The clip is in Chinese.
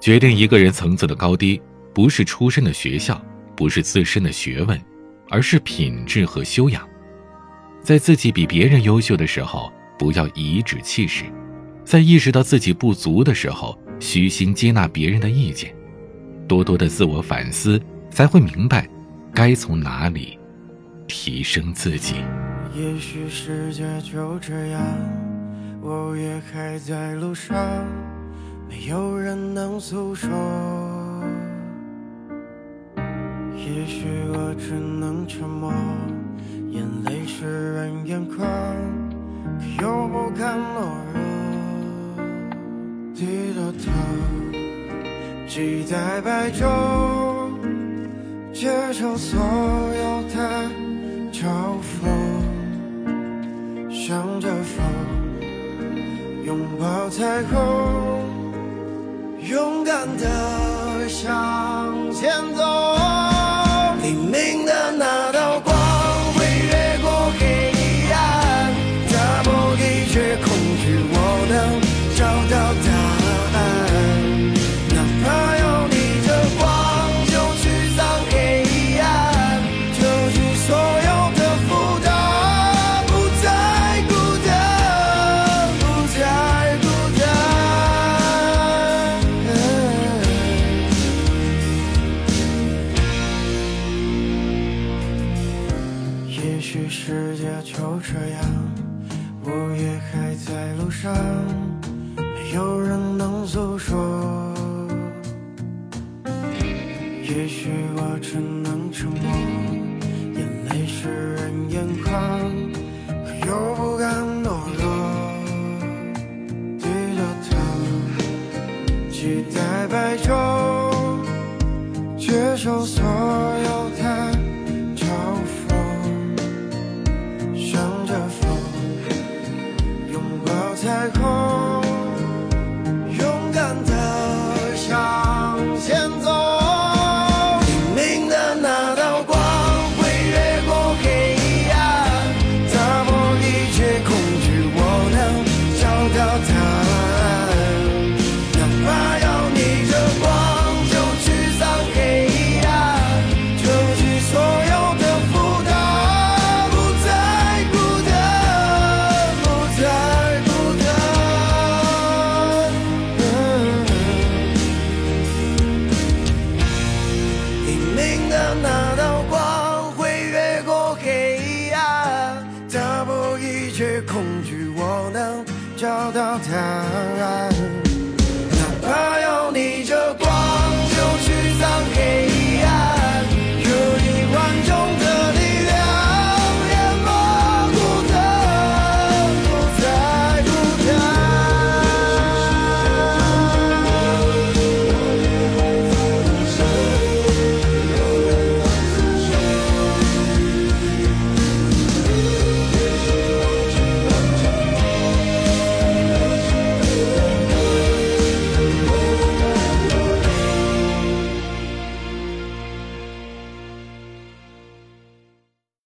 决定一个人层次的高低，不是出身的学校，不是自身的学问，而是品质和修养。在自己比别人优秀的时候，不要颐指气使；在意识到自己不足的时候，虚心接纳别人的意见。多多的自我反思，才会明白该从哪里提升自己。 也许世界就这样，我也还在路上，没有人能诉说。也许我只能沉默，眼泪湿润眼眶，可又不敢懦弱。低着头，期待白昼，接受所有的嘲讽，向着风，拥抱彩虹，勇敢地向前走。黎明的那道光会越过黑暗，打破一切恐惧，我能找到答案。哪怕要逆着光，就去丧黑暗，就去所有的负担，不再孤单，不再孤单。也许世界就这样，我也还在路上，没有人能诉说。也许我只能沉默，眼泪湿润眼眶，可又不敢懦弱。低着头，期待白昼，接受所有